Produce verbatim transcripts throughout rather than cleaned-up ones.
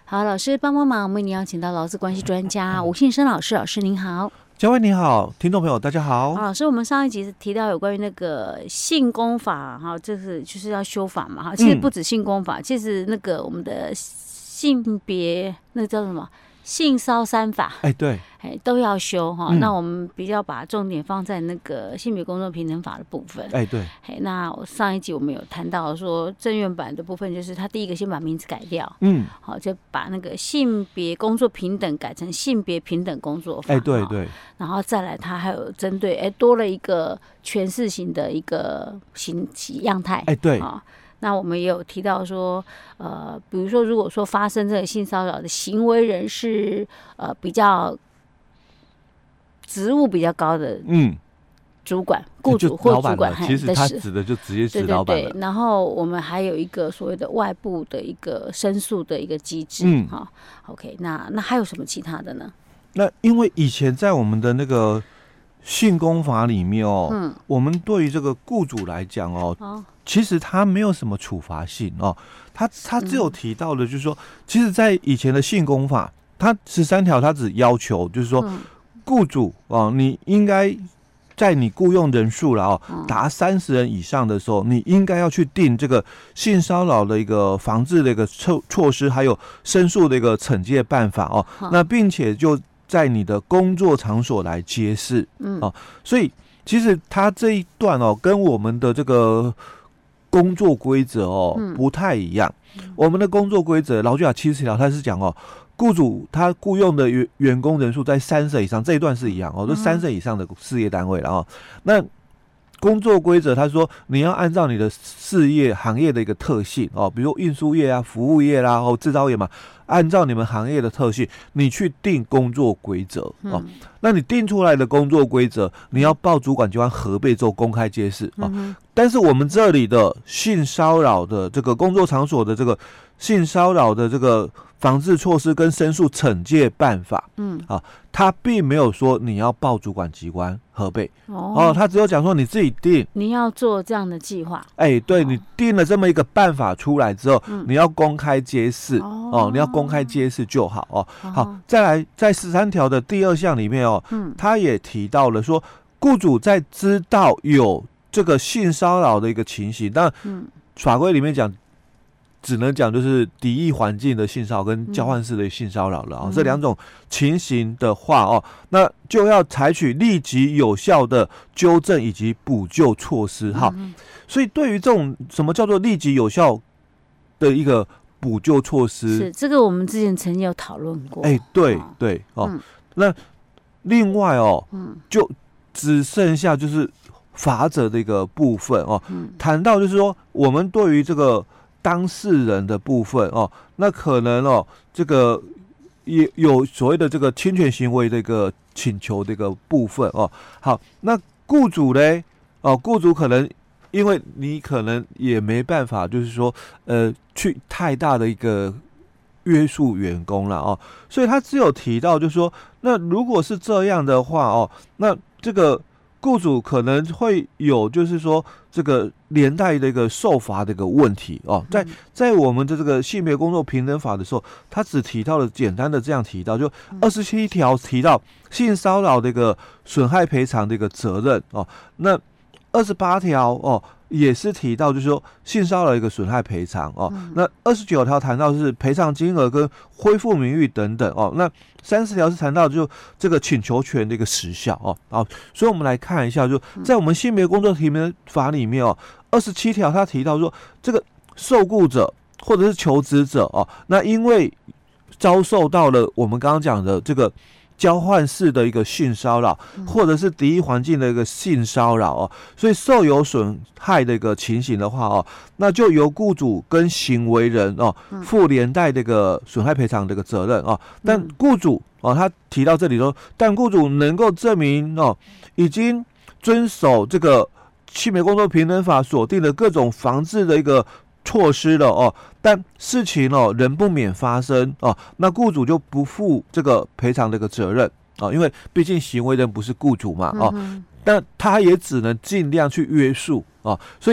好，老师帮帮忙，我们为您邀请到劳资关系专家吴信生老师，老师您好。 嘉惠你好，听众朋友大家好。 好，老师，我们上一集提到有关于那个性工法哈，这是就是要修法嘛哈。其实不止性工法，嗯、其实那个我们的性别那个叫什么性骚三法， 哎对， 哎都要修哈。 嗯、 那我们比较把重点放在那个性别工作平等法的部分。 哎对， 哎那上一集我们有谈到说政院版的部分，就是他第一个先把名字改掉， 嗯， 好就把那个性别工作平等改成性别平等工作法。 哎对对， 然后再来，他还有针对哎多了一个诠释型的一个形样态。 哎对啊。那我们也有提到说，呃，比如说，如果说发生这个性骚扰的行为人是呃比较职务比较高的，嗯，主管、雇主或主管， 其实他指的就直接是老板了。 对对对。然后我们还有一个所谓的外部的一个申诉的一个机制，嗯，好 ，OK 那。那那还有什么其他的呢？ 那因为以前在我们的那个性工法里面哦，嗯，我们对于这个雇主来讲哦。哦其实他没有什么处罚性哦，他他只有提到的，就是说，其实，在以前的性工法，他十三条，他只要求就是说，雇主哦，你应该在你雇用人数了哦达三十人以上的时候，你应该要去定这个性骚扰的一个防治的一个措措施，还有申诉的一个惩戒办法哦，那并且就在你的工作场所来揭示，嗯哦，所以其实他这一段哦，跟我们的这个工作规则哦不太一样，嗯、我们的工作规则劳基法七十条，它是讲哦，雇主他雇佣的员员工人数在三十以上，这一段是一样哦，都三十以上的事业单位了哦。那工作规则他说你要按照你的事业行业的一个特性哦，比如运输业啊、服务业啦、哦制造业嘛，按照你们行业的特性，你去定工作规则哦。嗯、那你定出来的工作规则，你要报主管机关核备之后公开揭示哦。嗯、但是我们这里的性骚扰的这个工作场所的这个性骚扰的这个防治措施跟申诉惩戒办法，嗯啊，他并没有说你要报主管机关核备哦，哦，他只有讲说你自己定， 你要做这样的计划， 哎，对、哦、你定了这么一个办法出来之后，嗯、你要公开揭示 哦, 哦，你要公开揭示就好哦。哦好，再来在十三条的第二项里面哦，嗯，他也提到了说，雇主在知道有这个性骚扰的一个情形，但法规里面讲。只能讲就是敌意环境的性骚扰跟交换式的性骚扰了哦，嗯、这两种情形的话哦，那就要采取立即有效的纠正以及补救措施哈。嗯、所以对于这种什么叫做立即有效的一个补救措施， 是这个我们之前曾经有讨论过。 哎、欸，对、哦、对哦，嗯、那另外哦，嗯、就只剩下就是罚则的一个部分哦，嗯、谈到就是说我们对于这个。当事人的部分哦，那可能哦，这个也有所谓的这个侵权行为的一个请求的一个部分哦。好，那雇主呢？哦，雇主可能因为你可能也没办法，就是说呃，去太大的一个约束员工了哦，所以他只有提到就是说，那如果是这样的话哦，那这个。雇主可能会有，就是说这个连带的一个受罚的一个问题哦，在在我们的这个性别工作平等法的时候，他只提到了简单的这样提到，就二十七条提到性骚扰的一个损害赔偿的一个责任哦，那二十八条哦也是提到，就是说性骚扰一个损害赔偿哦，嗯、那二十九条谈到是赔偿金额跟恢复名誉等等哦，那三十条是谈到就这个请求权的一个时效哦，好，所以我们来看一下，就在我们性别工作平等法里面哦，二十七条他提到说，这个受雇者或者是求职者哦，那因为遭受到了我们刚刚讲的这个。交换式的一个性骚扰，或者是敌意环境的一个性骚扰哦，所以受有损害的一个情形的话哦，那就由雇主跟行为人哦负连带这个损害赔偿的一个责任哦。但雇主哦，他提到这里说，但雇主能够证明哦，已经遵守这个性别工作平等法所定的各种防治的一个。措施了哦，但事情哦仍不免发生哦，那雇主就不负这个赔偿的一个责任哦，因为毕竟行为人不是雇主嘛哦，嗯、但他也只能尽量去约束哦，所以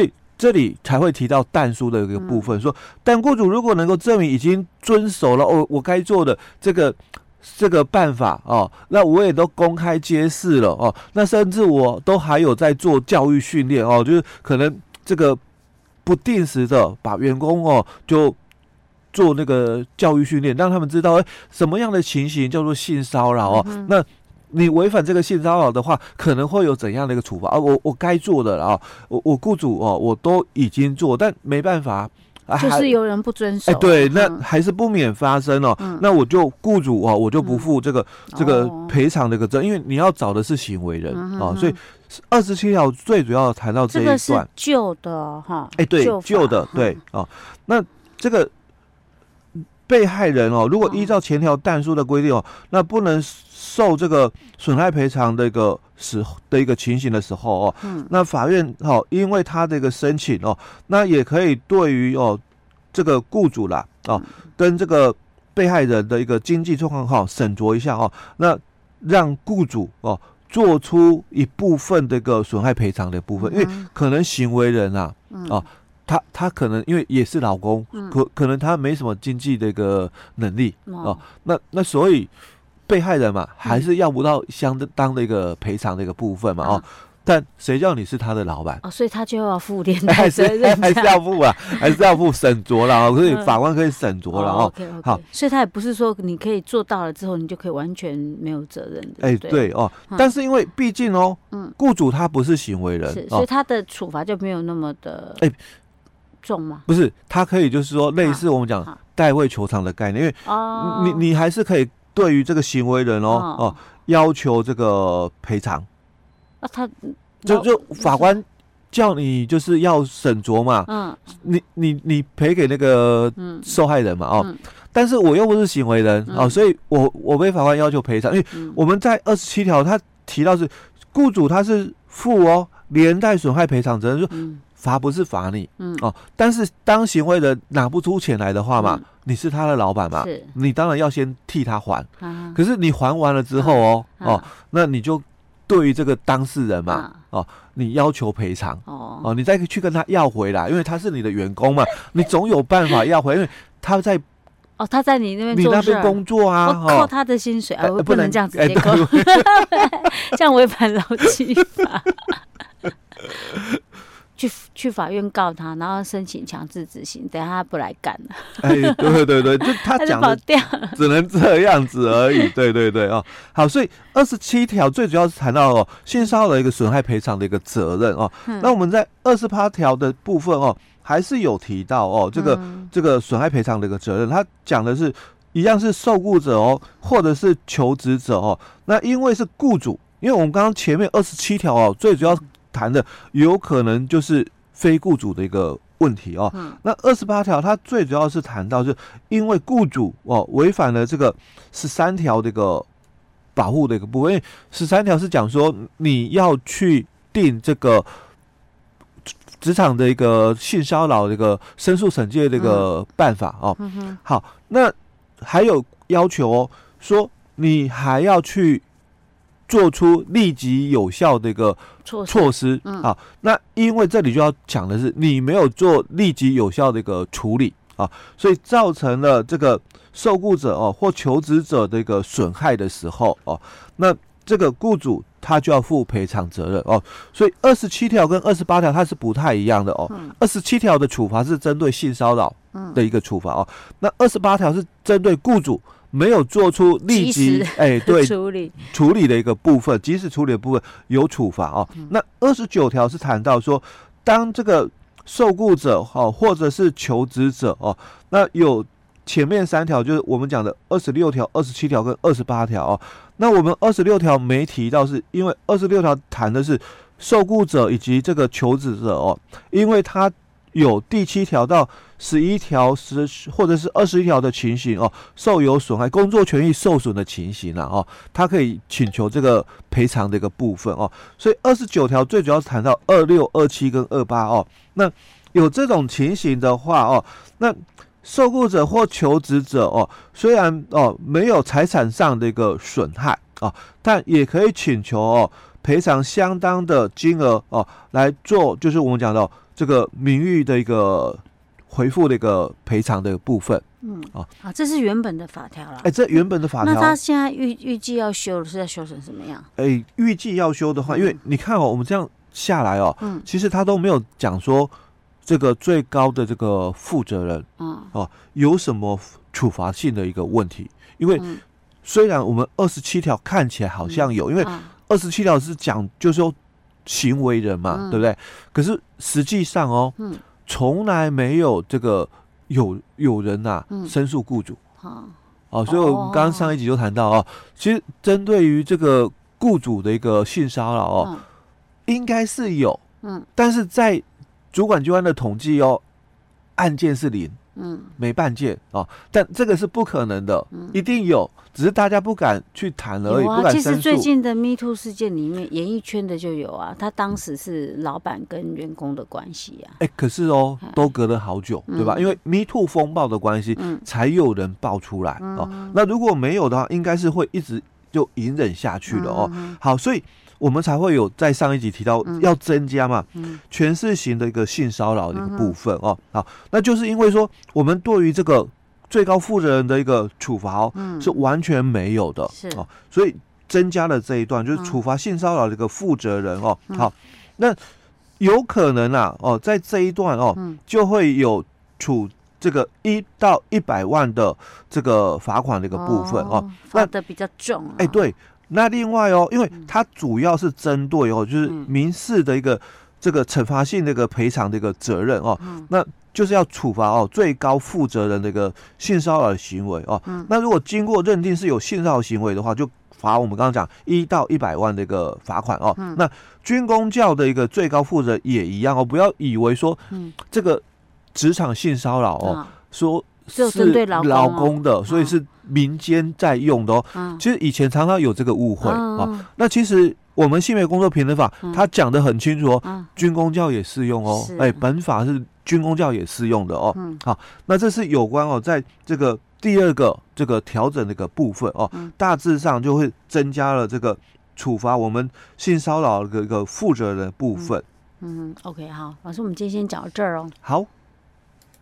这里才会提到但书的一个部分，嗯、说但雇主如果能够证明已经遵守了哦，我该做的这个这个办法哦，那我也都公开揭示了哦，那甚至我都还有在做教育训练哦，就是可能这个不定时的把员工哦就做那个教育训练，让他们知道哎什么样的情形叫做性骚扰哦，嗯、那。你违反这个性骚扰的话，可能会有怎样的一个处罚啊？我我该做的啊，我我雇主哦，我都已经做，但没办法， 啊、就是有人不遵守、啊。 哎，对，那还是不免发生哦。嗯、那我就雇主哦，我就不负这个、嗯、这个赔偿的一个责任，因为你要找的是行为人啊、哦，所以二十七条最主要谈到这一段， 这个是旧的哈。 哎，对，旧的对哦。那这个被害人哦，如果依照前条但书的规定哦，那不能受这个损害赔偿的一个时的一个情形的时候哦，嗯、那法院哦，因为他的一个申请哦，那也可以对于哦这个雇主啦哦，嗯、跟这个被害人的一个经济状况哈审酌一下哦，那让雇主哦做出一部分的一个损害赔偿的部分，嗯、因为可能行为人啊嗯、哦。他他可能因为也是劳工，嗯、可可能他没什么经济的一个能力、嗯、哦，那那所以被害人嘛，还是要不到相当的一个赔偿的一个部分嘛、嗯、哦，但谁叫你是他的老板哦，所以他就要负连带责任， 还是要负啊，还是要负审酌了哦，所以法官可以审酌了哦。 OK OK，好，所以他也不是说你可以做到了之后，你就可以完全没有责任的。 哎，对哦，嗯、但是因为毕竟哦，嗯，雇主他不是行为人， 是，所以他的处罚就没有那么的哎。重吗？ 不是，他可以就是说类似我们讲代位求偿的概念，因为哦， 你你还是可以对于这个行为人哦哦要求这个赔偿。 啊，他就就法官叫你就是要审酌嘛， 嗯， 你你你赔给那个受害人嘛哦，嗯、但是我又不是行为人、嗯、哦，所以我我被法官要求赔偿，因为我们在二十七条他提到是雇主他是负哦连带损害赔偿责任，说。嗯罚不是罚你，嗯哦，但是当行为人拿不出钱来的话嘛，嗯、你是他的老板嘛，你当然要先替他还。啊、可是你还完了之后哦、啊、哦，那你就对于这个当事人嘛，啊、哦，你要求赔偿，哦哦，你再去跟他要回来，因为他是你的员工嘛，你总有办法要回，因为他在。 哦，他在你那边你那边工作啊， 我扣他的薪水啊，我不能这样直接扣，这样违反劳基法。去去法院告他，然后申请强制执行，等下他不来干了。 哎，对对对，就他讲的只能这样子而已。对对对哦，好，所以二十七条最主要是谈到哦性骚扰的一个损害赔偿的一个责任哦。嗯、那我们在二十八条的部分哦，还是有提到哦这个、嗯、这个损害赔偿的一个责任，他讲的是一样是受雇者哦，或者是求职者哦。那因为是雇主，因为我们刚刚前面二十七条哦，最主要谈的有可能就是非雇主的一个问题哦。嗯、那二十八条它最主要是谈到，是因为雇主哦违反了这个十三条的一个保护的一个部分，因为十三条是讲说你要去定这个职场的一个性骚扰的一个申诉审计的一个办法哦。嗯嗯、好，那还有要求哦，说你还要去做出立即有效的一个措施，措施嗯、啊，那因为这里就要讲的是你没有做立即有效的一个处理啊，所以造成了这个受雇者哦或求职者的一个损害的时候哦，那这个雇主他就要负赔偿责任哦。所以二十七条跟二十八条它是不太一样的哦。二十七条的处罚是针对性骚扰的一个处罚哦，那二十八条是针对雇主没有做出立即哎对处理处理的一个部分，及时处理的部分有处罚哦。嗯、那二十九条是谈到说，当这个受雇者哦或者是求职者哦，那有前面三条就是我们讲的二十六条、二十七条跟二十八条哦。那我们二十六条没提到，是因为二十六条谈的是受雇者以及这个求职者哦，因为他有第七条到十一条十或者是二十一条的情形哦，受有损害、工作权益受损的情形啊哦，他可以请求这个赔偿的一个部分哦。所以二十九条最主要是谈到二六、二七跟二八哦。那有这种情形的话哦，那受雇者或求职者哦，虽然哦没有财产上的一个损害哦，但也可以请求哦赔偿相当的金额哦，来做就是我们讲的这个名誉的一个回复的一个赔偿的部分。 嗯啊，啊，这是原本的法条了。 哎，这原本的法条， 那他现在预预计要修的是要修成什么样？ 哎，预计要修的话，因为你看哦，我们这样下来哦，嗯，其实他都没有讲说这个最高的这个负责人，嗯，哦，有什么处罚性的一个问题？因为虽然我们二十七条看起来好像有，因为二十七条是讲就是说行为人嘛，嗯、对不对？可是实际上哦，嗯，从来没有这个。有有人呐、啊嗯、申诉雇主，好、哦，所以我们刚刚上一集就谈到哦，其实针对于这个雇主的一个性骚扰哦，嗯、应该是有，嗯，但是在主管机关的统计哦，案件是零，嗯，没办件哦，但这个是不可能的，嗯、一定有，只是大家不敢去谈而已， 啊、 不敢申诉。 其实最近的 Me Too 事件里面，演艺圈的就有啊，他当时是老板跟员工的关系啊。 哎、欸，可是哦，都隔了好久，嗯、对吧？因为 Me Too 风暴的关系，嗯、才有人爆出来、嗯、哦。那如果没有的话，应该是会一直就隐忍下去了哦。嗯、好，所以我们才会有在上一集提到要增加嘛，嗯、权势型的一个性骚扰的一个部分、嗯、哦。好，那就是因为说我们对于这个最高负责人的一个处罚哦，嗯、是完全没有的，是哦，所以增加了这一段，就是处罚性骚扰的一个负责人哦。嗯、好，那有可能啊，哦，在这一段哦，嗯、就会有处这个一到一百万的这个罚款的一个部分哦， 罚的比较重、啊。 哎、欸，对，那另外哦，因为它主要是针对哦，就是民事的一个这个惩罚性的一个赔偿的一个责任哦，嗯、那。就是要处罚哦最高负责人的一个性骚扰的行为哦，嗯、那如果经过认定是有性骚扰行为的话，就罚我们刚刚讲一到一百万的一个罚款哦。嗯、那军公教的一个最高负责人也一样哦，不要以为说、嗯、这个职场性骚扰哦，嗯、说是劳工的，嗯、所以是民间在用的哦。嗯、其实以前常常有这个误会、嗯、哦。那其实我们性别工作平等法，嗯、它讲得很清楚哦，嗯、军公教也适用哦。哎，本法是。军公教也适用的哦，嗯、好，那这是有关哦，在这个第二个这个调整的一个部分哦，嗯、大致上就会增加了这个处罚我们性骚扰的一个负责人的部分。 嗯, 嗯 ，OK， 好，老师，我们今天先讲到这儿哦。 好。